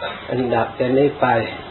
อันดับจากนี้ไป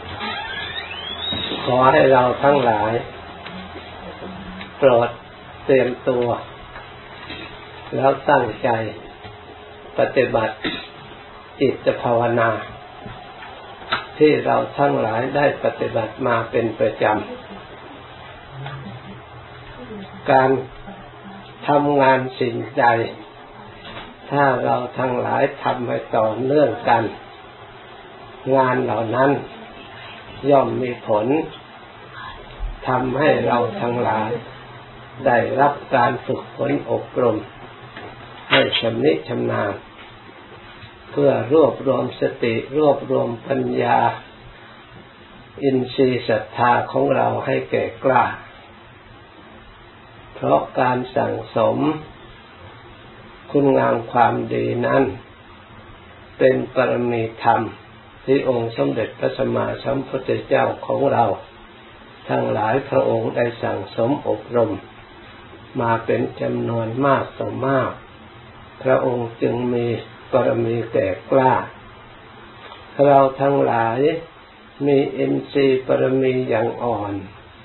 ขอให้เราทั้งหลายโปรดเตรียมตัวแล้วตั้งใจปฏิบัติจิตภาวนาที่เราทั้งหลายได้ปฏิบัติมาเป็นประจำการทำงานสิ่งใดถ้าเราทั้งหลายทำให้ต่อเนื่องกันงานเหล่านั้นย่อมมีผลทำให้เราทั้งหลายได้รับการฝึกฝนอบรมให้ชำนิชำนาญเพื่อรวบรวมสติรวบรวมปัญญาอินทรีย์ศรัทธาของเราให้แก่กล้าเพราะการสั่งสมคุณงามความดีนั้นเป็นปรมีธรรมที่องค์สมเด็จพระสัมมาสัมพุทธเจ้าของเราทั้งหลายพระองค์ได้สั่งสมอบรมมาเป็นจำนวนมากต่อมากพระองค์จึงมีปรมีแก่กล้าเราทั้งหลายมีอินทรีย์ปรมีอย่างอ่อน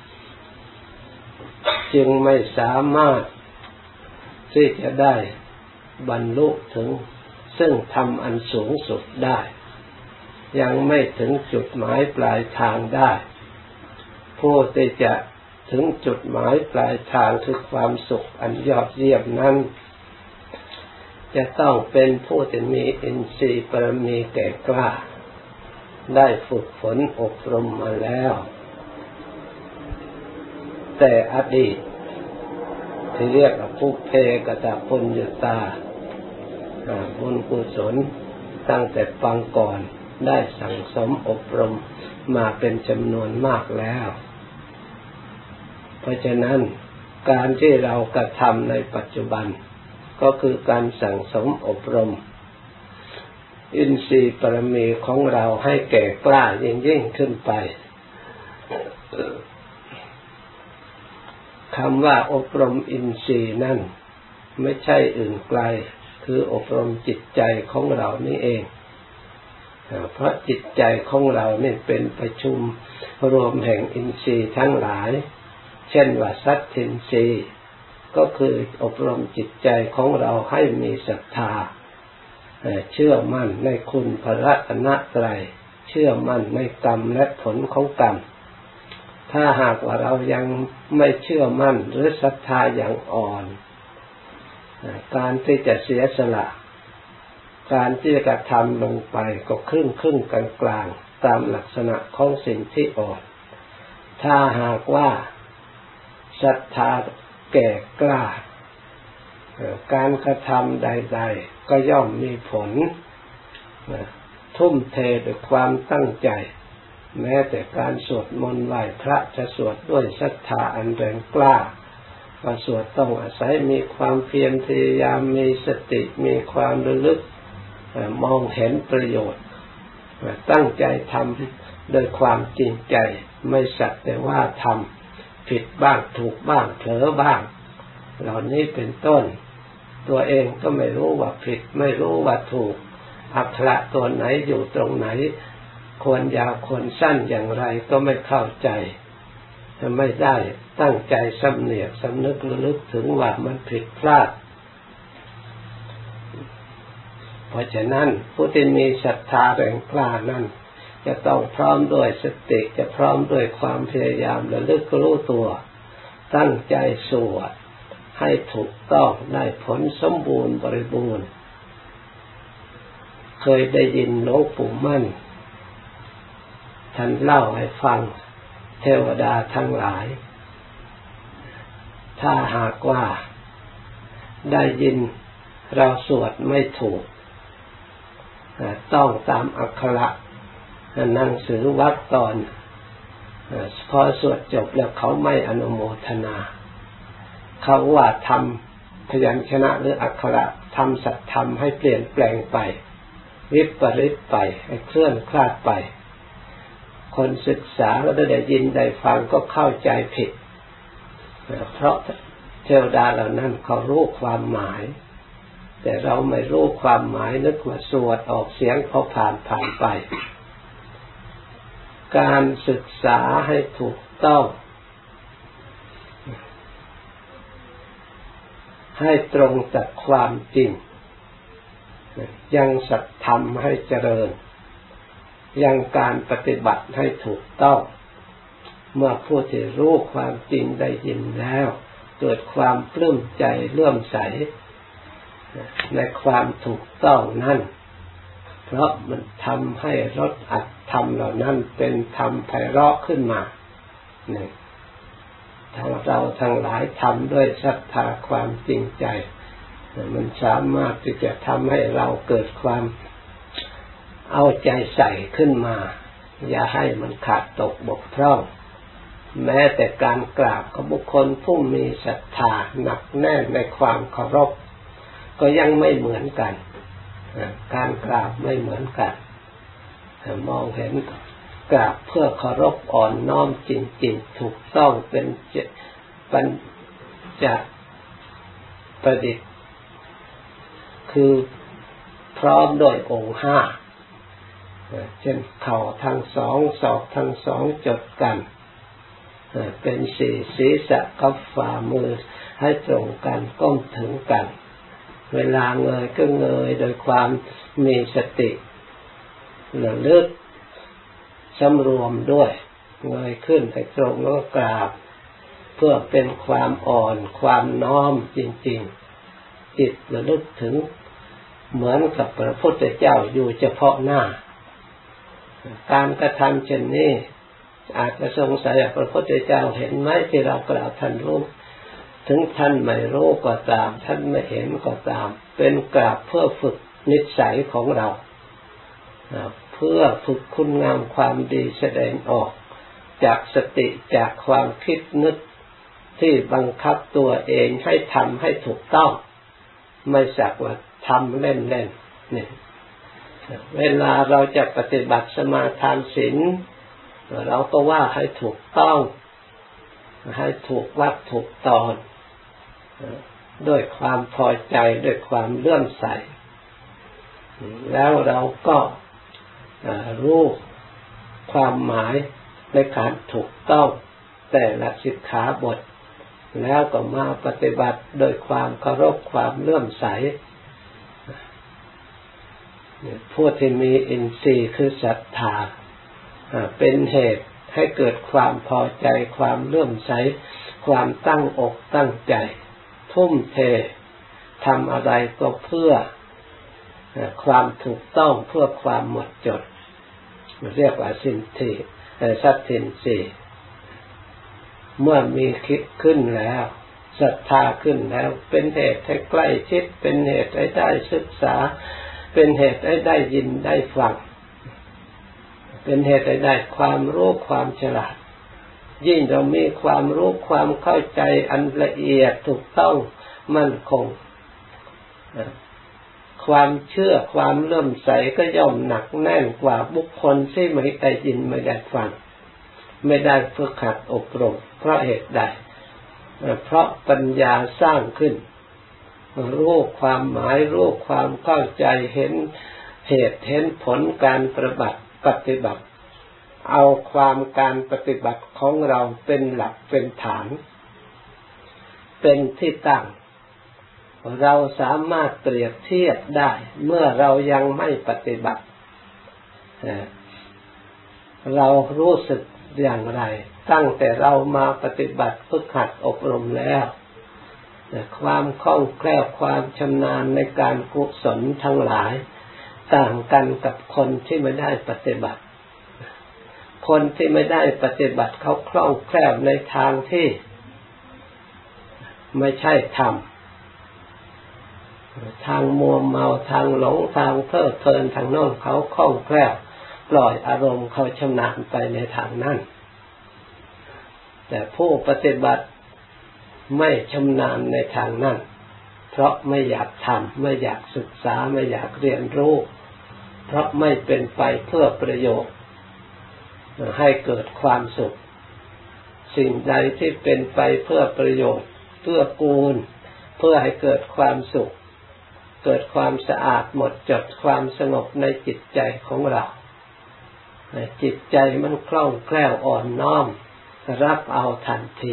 จึงไม่สามารถที่จะได้บรรลุถึงซึ่งธรรมอันสูงสุดได้ยังไม่ถึงจุดหมายปลายทางได้ผู้ที่จะถึงจุดหมายปลายทางคือความสุขอันยอดเยี่ยมนั้นจะต้องเป็นผู้ที่มีอินทรีย์ปรมีแก่กล้าได้ฝึกฝนอบรมมาแล้วแต่อดีตที่เรียกว่าภุเพกตปุญญาตาบุญกุศลตั้งแต่ปางก่อนได้สั่งสมอบรมมาเป็นจำนวนมากแล้วเพราะฉะนั้นการที่เรากระทำในปัจจุบันก็คือการสั่งสมอบรมอินทรีย์ปรมีของเราให้แก่กล้ายิ่งขึ้นไปคำว่าอบรมอินทรีย์นั่นไม่ใช่อื่นไกลคืออบรมจิตใจของเรานี่เองเพราะจิตใจของเราเนี่ยเป็นประชุมรวมแห่งอินทรีย์ทั้งหลายเช่นว่าสัตทินทรีย์ก็คืออบรมจิตใจของเราให้มีศรัทธาเชื่อมั่นในคุณพระรัตนตรัยเชื่อมั่นในกรรมและผลของกรรมถ้าหากว่าเรายังไม่เชื่อมั่นหรือศรัทธาอย่างอ่อนการที่จะเสียสละการที่จะกระทำลงไปก็ครึ่งกลางตามลักษณะของสิ่งที่อ่อนถ้าหากว่าศรัทธาแก่กล้าการกระทำใดๆก็ย่อมมีผลทุ่มเทด้วยความตั้งใจแม้แต่การสวดมนต์ไหว้พระจะสวดด้วยศรัทธาอันแรงกล้าก็สวดต้องอาศัยมีความเพียรพยายามมีสติมีความระลึกมองเห็นประโยชน์ตั้งใจทำโดยความจริงใจไม่สักแต่ว่าทำผิดบ้างถูกบ้างเผลอบ้างเหล่านี้เป็นต้นตัวเองก็ไม่รู้ว่าผิดไม่รู้ว่าถูกอักขระตัวไหนอยู่ตรงไหนควรยาวควรสั้นอย่างไรก็ไม่เข้าใจไม่ได้ตั้งใจสำเนียกสำนึกระลึกถึงว่ามันผิดพลาดเพราะฉะนั้นผู้ที่มีศรัทธาแรงกล้านั้นจะต้องพร้อมด้วยสติจะพร้อมด้วยความพยายามระลึกรู้ตัวตั้งใจสวดให้ถูกต้องได้ผลสมบูรณ์บริบูรณ์เคยได้ยินหลวงปู่มั่นท่านเล่าให้ฟังเทวดาทั้งหลายถ้าหากว่าได้ยินเราสวดไม่ถูกต้องตามอักขระหนังสือวรรคตอนพอสวดจบแล้วเขาไม่อนุโมทนาเขาว่าทำพยัญชนะหรืออักขระทำสัตธรรมให้เปลี่ยนแปลงไปวิปริตไปให้เคลื่อนคลาดไปคนศึกษาแล้วได้ยินได้ฟังก็เข้าใจผิดเพราะเทวดาเหล่านั้นเขารู้ความหมายแต่เราไม่รู้ความหมายนึกว่าสวดออกเสียงพอผ่านไปการศึกษาให้ถูกต้องให้ตรงกับความจริงยังสัจธรรมให้เจริญยังการปฏิบัติให้ถูกต้องเมื่อผู้ที่รู้ความจริงได้ยินแล้วเกิดความปลื้มใจเลื่อมใสในความถูกต้องนั้นเพราะมันทำให้รสอัตธรรมเหล่านั้นเป็นธรรมไพเราะขึ้นมาเนี่ยถ้าเราทั้งหลายทำด้วยศรัทธาความจริงใจมันสามารถที่จะทำให้เราเกิดความเอาใจใส่ขึ้นมาอย่าให้มันขาดตกบกพร่องแม้แต่การกราบของบุคคลผู้มีศรัทธาหนักแน่นในความเคารพก็ยังไม่เหมือนกันการกราบไม่เหมือนกันมองเห็นกราบเพื่อเคารพอ่อนน้อมจริงๆถูกต้องเป็นปัญจประดิษฐ์คือพร้อมด้วยองค์ห้าเช่นเข่าทั้งสองศอกทั้งสองจดกันเป็นสี่ศีรษะกับฝ่ามือให้ตรงกันก้มถึงกันเวลาเงยก็เงยโดยความมีสติระลึกสำรวมด้วยเงยขึ้นไปตรงแล้วกราบเพื่อเป็นความอ่อนความน้อมจริงๆจิตระลึกถึงเหมือนกับพระพุทธเจ้าอยู่เฉพาะหน้าการกระทำเช่นนี้อาจจะสงสัยพระพุทธเจ้าเห็นไหมที่เรากล่าวท่านรู้ถึงท่านไม่รู้ก็ตามท่านไม่เห็นก็ตามเป็นกราบเพื่อฝึกนิสัยของเราเพื่อฝึกคุณงามความดีแสดงออกจากสติจากความคิดนึกที่บังคับตัวเองให้ทำให้ถูกต้องไม่สักว่าทำเล่นๆนี่เวลาเราจะปฏิบัติสมาทานศีลเราก็ว่าให้ถูกต้องให้ถูกวัดถูกตอนด้วยความพอใจด้วยความเลื่อมใสแล้วเราก็รู้ความหมายในการถูกต้องแต่ละสิกขาบทแล้วก็มาปฏิบัติโดยความเคารพความเลื่อมใสผู้ที่มีอินทรีย์คือศรัทธาเป็นเหตุให้เกิดความพอใจความเลื่อมใสความตั้งอกตั้งใจทุ่มเททำอะไรก็เพื่อความถูกต้องเพื่อความหมดจดเรียกว่าสินธิสัตถินสีเมื่อมีคิดขึ้นแล้วศรัทธาขึ้นแล้วเป็นเหตุให้ใกล้ชิดเป็นเหตุให้ได้ศึกษาเป็นเหตุให้ได้ยินได้ฟังเป็นเหตุให้ได้ความรู้ความฉลาดยิ่งเรามีความรู้ความเข้าใจอันละเอียดถูกต้องมั่นคงความเชื่อความเลื่อมใสก็ย่อมหนักแน่นกว่าบุคคลที่ไม่ได้ยินไม่ได้ฟังไม่ได้ฝึกหัดอบรมเพราะเหตุใดเพราะปัญญาสร้างขึ้นรู้ความหมายรู้ความเข้าใจเห็นเหตุเห็นผลการปฏิบัติเอาความการปฏิบัติของเราเป็นหลักเป็นฐานเป็นที่ตั้งเราสามารถเปรียบเทียบได้เมื่อเรายังไม่ปฏิบัติเรารู้สึกอย่างไรตั้งแต่เรามาปฏิบัติฝึกหัดอบรมแล้วความคล่องแคล่วความชำนาญในการกุศลทั้งหลายต่างกันกับคนที่ไม่ได้ปฏิบัติคนที่ไม่ได้ปฏิบัติเขาคล่องแคล่วในทางที่ไม่ใช่ธรรมทางมัวเมาทางหลงทางเพลิดเพลินทางโน้นเขาคล่องแคล่วปล่อยอารมณ์เขาชำนาญไปในทางนั้นแต่ผู้ปฏิบัติไม่ชำนาญในทางนั้นเพราะไม่อยากทำไม่อยากศึกษาไม่อยากเรียนรู้เพราะไม่เป็นไปเพื่อประโยชน์ให้เกิดความสุขสิ่งใดที่เป็นไปเพื่อประโยชน์เพื่อกูลเพื่อให้เกิดความสุขเกิดความสะอาดหมดจดความสงบในจิตใจของเราจิตใจมันคล่องแคล่วอ่อนน้อมรับเอาทันที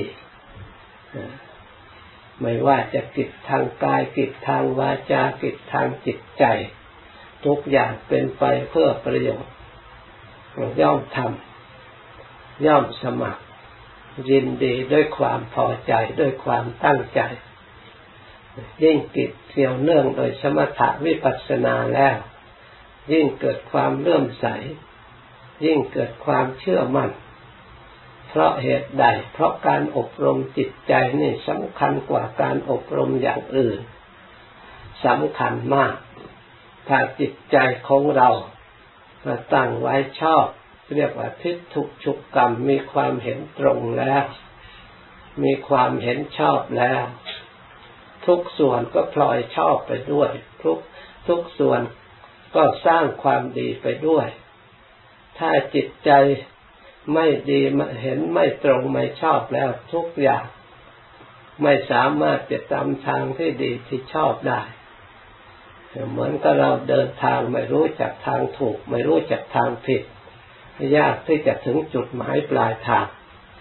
ไม่ว่าจะกิจทางกายกิจทางวาจากิจทางจิตใจทุกอย่างเป็นไปเพื่อประโยชน์ย่อมทำย่อมสมัครยินดีด้วยความพอใจด้วยความตั้งใจยิ่งกิจเกี่ยวเนื่องโดยสมถะวิปัสสนาแล้วยิ่งเกิดความเลื่อมใสยิ่งเกิดความเชื่อมั่นเพราะเหตุใดเพราะการอบรมจิตใจนี่สำคัญกว่าการอบรมอย่างอื่นสำคัญมากถ้าจิตใจของเราตั้งไว้ชอบเรียกว่าทิฏฐุฉุกกรรมมีความเห็นตรงแล้วมีความเห็นชอบแล้วทุกส่วนก็พลอยชอบไปด้วยทุกส่วนก็สร้างความดีไปด้วยถ้าจิตใจไม่ดีเห็นไม่ตรงไม่ชอบแล้วทุกอย่างไม่สามารถจะตามทางที่ดีที่ชอบได้เหมือนกับเราเดินทางไม่รู้จักทางถูกไม่รู้จักทางผิดยากที่จะถึงจุดหมายปลายทาง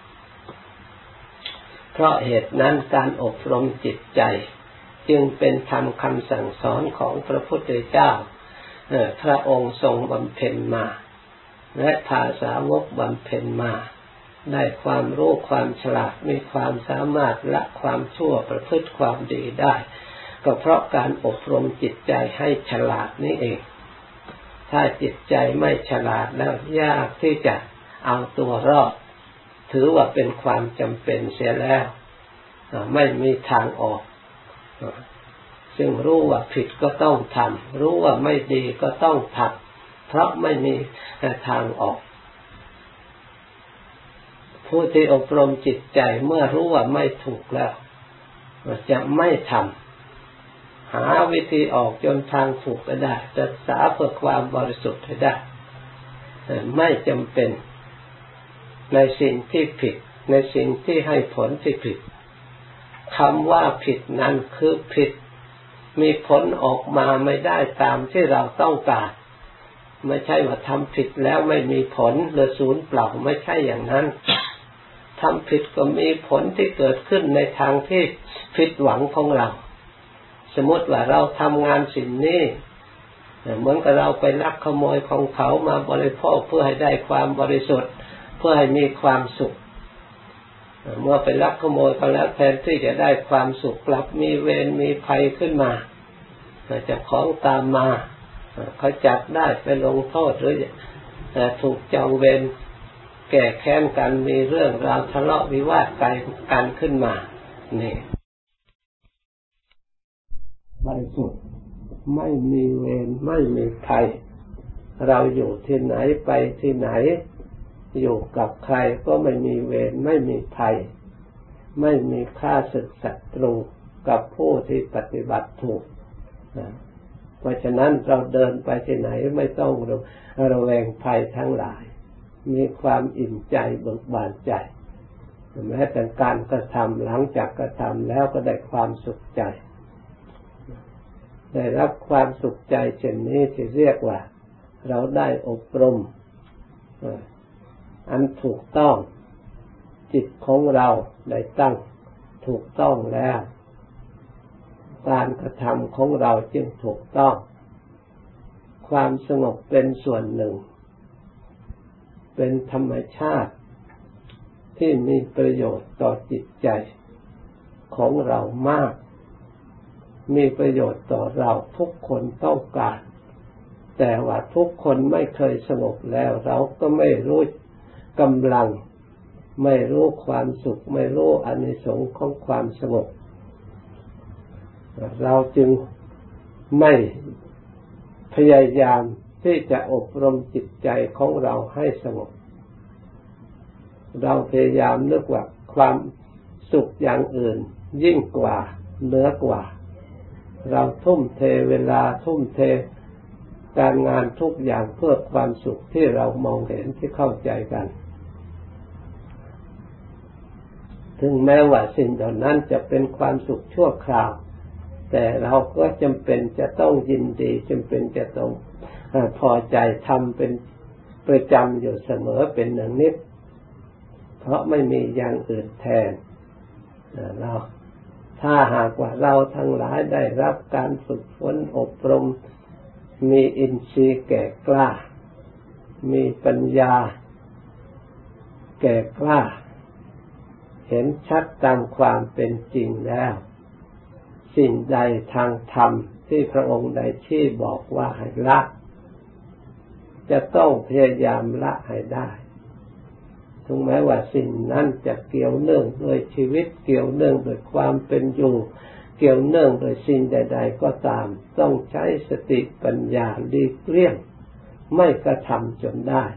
เพราะเหตุนั้นการอบรมจิตใจจึงเป็นธรรมคำสั่งสอนของพระพุทธเจ้าพระองค์ทรงบำเพ็ญมาและพาสาวกบำเพ็ญมาได้ความรู้ความฉลาดมีความสามารถละความชั่วประพฤติความดีได้ก็เพราะการอบรมจิตใจให้ฉลาดนี่เองถ้าจิตใจไม่ฉลาดแล้วยากที่จะเอาตัวรอดถือว่าเป็นความจำเป็นเสียแล้วไม่มีทางออกซึ่งรู้ว่าผิดก็ต้องทำรู้ว่าไม่ดีก็ต้องทำเพราะไม่มีทางออกผู้ที่อบรมจิตใจเมื่อรู้ว่าไม่ถูกแล้วจะไม่ทำหาวิธีออกจนทางถูกก็ได้ศึกษาเพื่อความบริสุทธิ์ให้ได้ไม่จำเป็นในสิ่งที่ผิดในสิ่งที่ให้ผลที่ผิดคำว่าผิดนั้นคือผิดมีผลออกมาไม่ได้ตามที่เราต้องการไม่ใช่ว่าทำผิดแล้วไม่มีผลหรือศูนย์เปล่าไม่ใช่อย่างนั้นทำผิดก็มีผลที่เกิดขึ้นในทางที่ผิดหวังของเราสมมติว่าเราทำงานสิ่งนี้เหมือนกับเราไปลักขโมยของเขามาบริโภคเพื่อให้ได้ความบริสุทธิ์เพื่อให้มีความสุขเมื่อไปลักขโมยเขาแล้วแทนที่จะได้ความสุขกลับมีเวรมีภัยขึ้นมาเจ้าของตามมาเขาจับได้ไปลงโทษหรือถูกจองเวรแก้แค้นกันมีเรื่องราวทะเลาะวิวาทกันขึ้นมานี่บริสุทธิ์ไม่มีเวรไม่มีภัยเราอยู่ที่ไหนไปที่ไหนอยู่กับใครก็ไม่มีเวรไม่มีภัยไม่มีข้าศึกศัตรูกับผู้ที่ปฏิบัติถูกเพราะฉะนั้นเราเดินไปที่ไหนไม่ต้องระแวงภัยทั้งหลายมีความอิ่มใจเบิกบานใจแม้แต่การกระทำหลังจากกระทำแล้วก็ได้ความสุขใจได้รับความสุขใจเช่นนี้ที่เรียกว่าเราได้อบรมอันถูกต้องจิตของเราได้ตั้งถูกต้องแล้วการกระทำของเราจึงถูกต้องความสงบเป็นส่วนหนึ่งเป็นธรรมชาติที่มีประโยชน์ต่อจิตใจของเรามากมีประโยชน์ต่อเราทุกคนต้องการแต่ว่าทุกคนไม่เคยสงบแล้วเราก็ไม่รู้กำลังไม่รู้ความสุขไม่รู้อานิสงส์ของความสงบเราจึงไม่พยายามที่จะอบรมจิตใจของเราให้สงบเราพยายามนึกว่าความสุขอย่างอื่นยิ่งกว่าเหนือกว่าเราทุ่มเทเวลาทุ่มเทการงานทุกอย่างเพื่อความสุขที่เรามองเห็นที่เข้าใจกันถึงแม้ว่าสิ่งเหล่านั้นจะเป็นความสุขชั่วคราวแต่เราก็จำเป็นจะต้องยินดีจำเป็นจะต้องพอใจทำเป็นประจำอยู่เสมอเป็นหนึ่งนิดเพราะไม่มีอย่างอื่นแทนเราถ้าหากว่าเราทั้งหลายได้รับการฝึกฝนอบรมมีอินทรีย์แก่กล้ามีปัญญาแก่กล้าเห็นชัดตามความเป็นจริงแล้วสิ่งใดทางธรรมที่พระองค์ได้ชี้บอกว่าให้ละจะต้องพยายามละให้ได้ถึงแม้ว่าสิ่งนั้นจะเกี่ยวเนื่องโดยชีวิตเกี่ยวเนื่องโดยความเป็นอยู่เกี่ยวเนื่องโดยสิ่งใดๆก็ตามต้องใช้สติปัญญาหลีกเลี่ยงไม่กระทำจนได้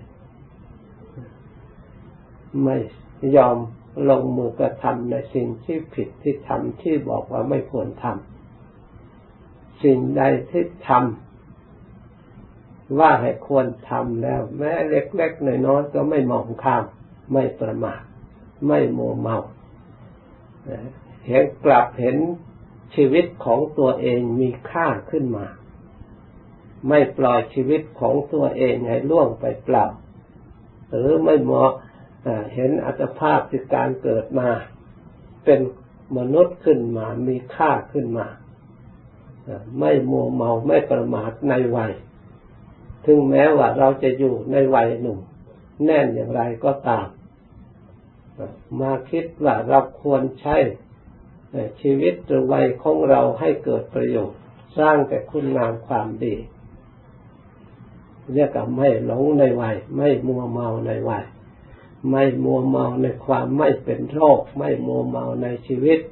ไม่ยอมลงมือกระทำในสิ่งที่ผิดที่ทำที่บอกว่าไม่ควรทำสิ่งใดที่ทำว่าให้ควรทำแล้วแม้เล็กๆน้อยๆก็ไม่มองข้ามไม่ประมาทไม่มัวเมาเห็นกลับเห็นชีวิตของตัวเองมีค่าขึ้นมาไม่ปล่อยชีวิตของตัวเองให้ล่วงไปเปล่าหรือไม่เห็นอัตภาพที่การเกิดมาเป็นมนุษย์ขึ้นมามีค่าขึ้นมาไม่มัวเมาไม่ประมาทในวัยถึงแม้ว่าเราจะอยู่ในวัยหนุ่มแน่นอย่างไรก็ตามมาคิดว่าเราควรใช้ชีวิตหรือวัยของเราให้เกิดประโยชน์สร้างแต่คุณงามความดีเรียกว่าไม่หลงในวัยไม่มัวเมาในวัยไม่มัวเมาในความไม่เป็นโรคไม่มัวเมาในชีวิต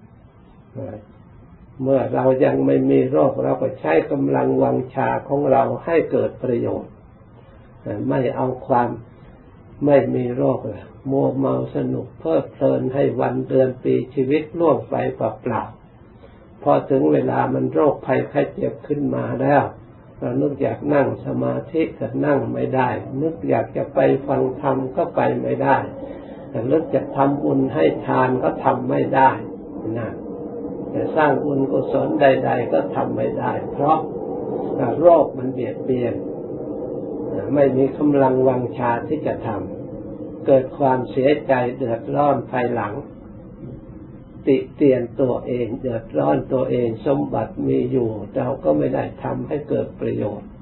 เมื่อเรายังไม่มีโรคเราก็ใช้กำลังวังชาของเราให้เกิดประโยชน์ไม่เอาความไม่มีโรคมัวเมาสนุกเพลิดเพลินให้วันเดือนปีชีวิตล่วงไปเปล่าๆพอถึงเวลามันโรคภัยไข้เจ็บขึ้นมาแล้วเรานึกอยากนั่งสมาธิก็นั่งไม่ได้นึกอยากจะไปฟังธรรมก็ไปไม่ได้นึกจะทำบุญให้ทานก็ทำไม่ได้นะจะสร้างบุญกุศลใดๆก็ทำไม่ได้เพราะโรคมันเบียดเบียนไม่มีกำลังวังชาที่จะทำเกิดความเสียใจเดือดร้อนภายหลังติเตียนตัวเองเดือดร้อนตัวเองสมบัติมีอยู่เราก็ไม่ได้ทำให้เกิดประโยชน์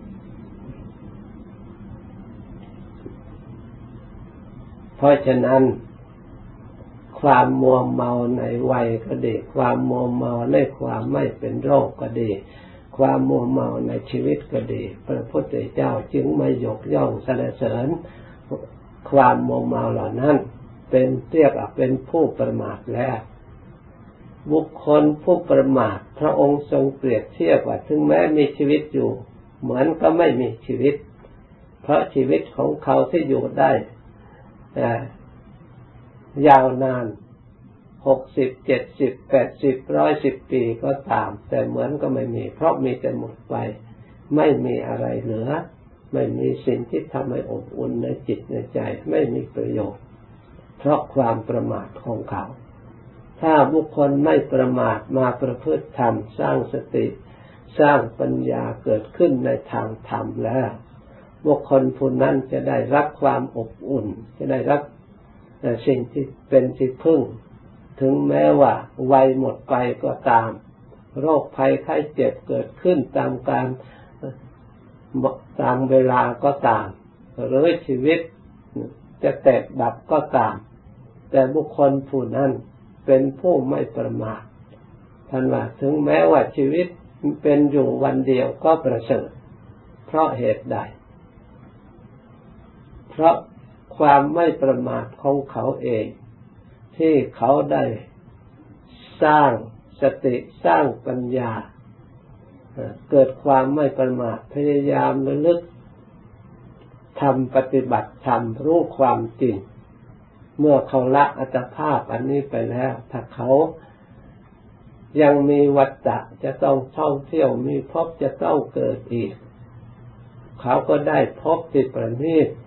เพราะฉะนั้นความมัวเมาในวัยก็ดีความมัวเมาในความไม่เป็นโรคก็ดีความมัวเมาในชีวิตก็ดีพระพุทธเจ้าจึงไม่ยกย่องสรรเสริญความมัวเมาเหล่านั้นเป็นเรียกว่าเป็นผู้ประมาทแล้วบุคคลผู้ประมาทพระองค์ทรงเปรียบเทียบว่าถึงแม้มีชีวิตอยู่เหมือนก็ไม่มีชีวิตเพราะชีวิตของเขาที่อยู่ได้ยาวนาน60 70 80 110 ปีก็ตามแต่เหมือนก็ไม่มีเพราะมีแต่หมดไปไม่มีอะไรเหลือไม่มีสิ่งที่ทำให้อบอุ่นในจิตในใจไม่มีประโยชน์เพราะความประมาทของเขาถ้าบุคคลไม่ประมาทมาประพฤติธรรมสร้างสติสร้างปัญญาเกิดขึ้นในทางธรรมแล้วบุคคลผู้นั้นจะได้รับความอบอุ่นจะได้รับสิ่งที่เป็นที่พึ่งถึงแม้ว่าวัยหมดไปก็ตามโรคภัยไข้เจ็บเกิดขึ้นตามเวลาก็ตามหรือชีวิตจะแตกดับก็ตามแต่บุคคลผู้นั้นเป็นผู้ไม่ประมาทท่านว่าถึงแม้ว่าชีวิตเป็นอยู่วันเดียวก็ประเสริฐเพราะเหตุใดเพราะความไม่ประมาทของเขาเองที่เขาได้สร้างสติสร้างปัญญาเกิดความไม่ประมาทพยายามระลึกทำปฏิบัติธรรมรู้ความจริงเมื่อเขาละอัตภาพอันนี้ไปแล้วถ้าเขายังมีวัฏฏะจะต้องท่องเที่ยวมีภพจะต้องเกิดอีกเขาก็ได้พบที่ประณีต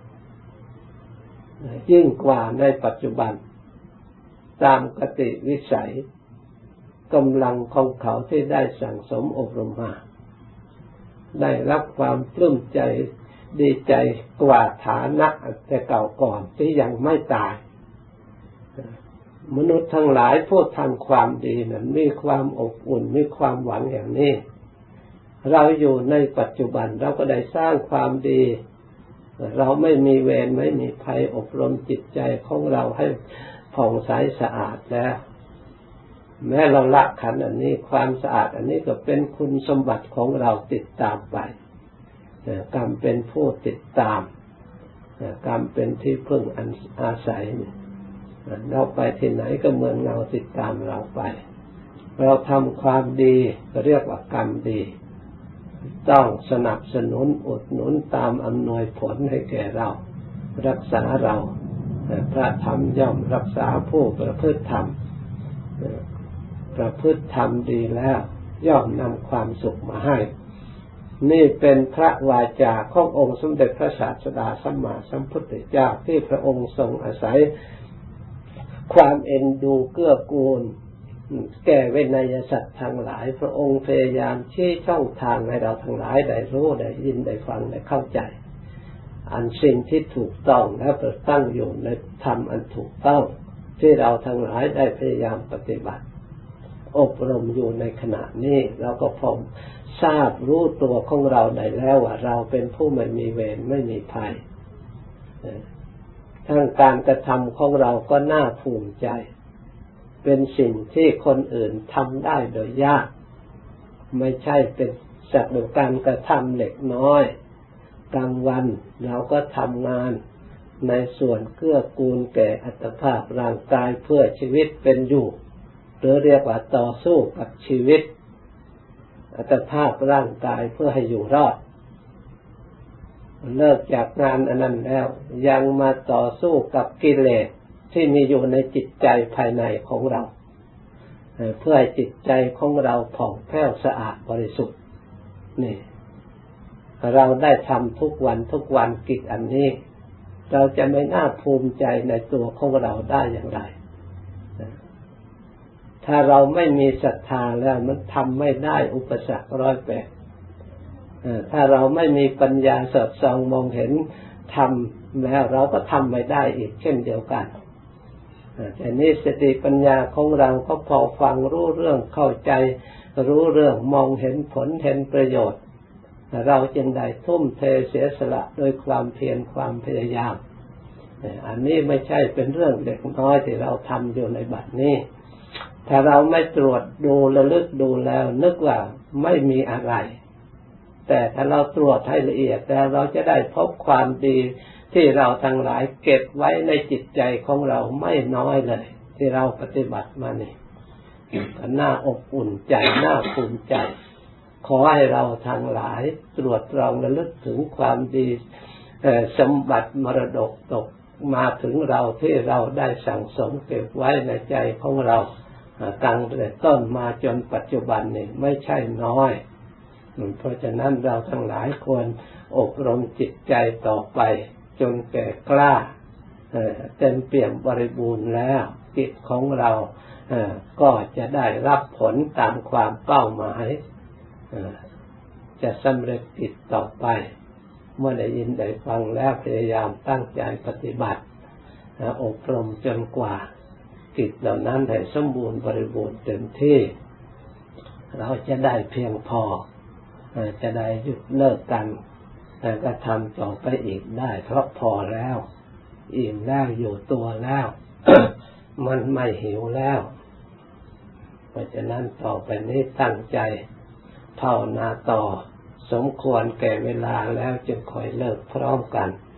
ยิ่งกว่าในปัจจุบันตามกติวิสัยกำลังของเขาที่ได้สั่งสมอบรมมาได้รับความปลื้มใจดีใจกว่าฐานะแต่เก่าก่อนที่ยังไม่ตายมนุษย์ทั้งหลายผู้ทำความดีนั้นมีความอบอุ่นมีความหวังอย่างนี้เราอยู่ในปัจจุบันเราก็ได้สร้างความดีเราไม่มีเวรไม่มีภัยอบรมจิตใจของเราให้ผ่องใสสะอาดแล้วแม้เราละขันธ์อันนี้ความสะอาดอันนี้ก็เป็นคุณสมบัติของเราติดตามไปกรรมเป็นผู้ติดตามกรรมเป็นที่พึ่งอาศัยเราไปที่ไหนก็เหมือนเงาติดตามเราไปเราทำความดีก็เรียกว่ากรรมดีต้องสนับสนุนอุดหนุนตามอำนวยผลให้แก่เรารักษาเราพระธรรมย่อมรักษาผู้ประพฤติธรรมประพฤติธรรมดีแล้วย่อมนำความสุขมาให้นี่เป็นพระวาจาขององค์สมเด็จพระศาสดาสัมมาสัมพุทธเจ้าที่พระองค์ทรงอาศัยความเอ็นดูเกื้อกูลแก่เวนยสัตว์ทั้งหลายพระองค์พยายามชี้ช่องทางให้เราทั้งหลายได้รู้ได้ยินได้ฟังได้เข้าใจอันสิ่งที่ถูกต้องและประตั้งอยู่ในธรรมอันถูกต้องที่เราทั้งหลายได้พยายามปฏิบัติอบรมอยู่ในขณะนี้เราก็พอทราบรู้ตัวของเราได้แล้วว่าเราเป็นผู้ไม่มีเวรไม่มีภัยทั้งการกระทำของเราก็น่าภูมิใจเป็นสิ่งที่คนอื่นทำได้โดยยากไม่ใช่เป็นสักแต่การกระทำเล็กน้อยกลางวันเราก็ทำงานในส่วนเกื้อกูลแก่อัตภาพร่างกายเพื่อชีวิตเป็นอยู่หรือเรียกว่าต่อสู้กับชีวิตอัตภาพร่างกายเพื่อให้อยู่รอดเลิกจากงานอันนั้นแล้วยังมาต่อสู้กับกิเลสที่มีอยู่ในจิตใจภายในของเราเพื่อให้จิตใจของเราผ่องแผ้วสะอาดบริสุทธิ์นี่เราได้ทำทุกวันกิจอันนี้เราจะไม่น่าภูมิใจในตัวของเราได้อย่างไรถ้าเราไม่มีศรัทธาแล้วมันทำไม่ได้อุปสรรค108ถ้าเราไม่มีปัญญาสอดส่องมองเห็นธรรมแล้วเราก็ทำไม่ได้อีกเช่นเดียวกันแต่นี้สติปัญญาของเราก็พอฟังรู้เรื่องเข้าใจรู้เรื่องมองเห็นผลเห็นประโยชน์เราจึงได้ทุ่มเทเสียสละโดยความเพียรความพยายามอันนี้ไม่ใช่เป็นเรื่องเล็กน้อยที่เราทำอยู่ในบัดนี้ถ้าเราไม่ตรวจดูระลึกดูแล้วนึกว่าไม่มีอะไรแต่ถ้าเราตรวจให้ละเอียดแล้วเราจะได้พบความดีที่เราทั้งหลายเก็บไว้ในจิตใจของเราไม่น้อยเลยที่เราปฏิบัติมานี่ก็น่าอบอุ่นใจน่าภูมิใจขอให้เราทั้งหลายตรวจตรองระลึกถึงความดีสมบัติมรดกตกมาถึงเราที่เราได้สั่งสมเก็บไว้ในใจของเราตั้งแต่ต้นมาจนปัจจุบันนี่ไม่ใช่น้อยเพราะฉะนั้นเราทั้งหลายควรอบรมจิตใจต่อไปจนแก่กล้าเต็มเปี่ยมบริบูรณ์แล้วจิตของเราก็จะได้รับผลตามความเป้าหมายจะสำเร็จกิจต่อไปเมื่อได้ยินได้ฟังแล้วพยายามตั้งใจปฏิบัติอบรมจนกว่ากิจเหล่านั้นได้สมบูรณ์บริบูรณ์เต็มที่เราจะได้เพียงพอจะได้หยุดเลิกกันก็ทำต่อไปอีกได้เพราะพอแล้วอิ่มแล้วอยู่ตัวแล้ว มันไม่หิวแล้วเพราะฉะนั้นต่อไปนี้ตั้งใจภาวนาต่อสมควรแก่เวลาแล้วจึงค่อยเลิกพร้อมกัน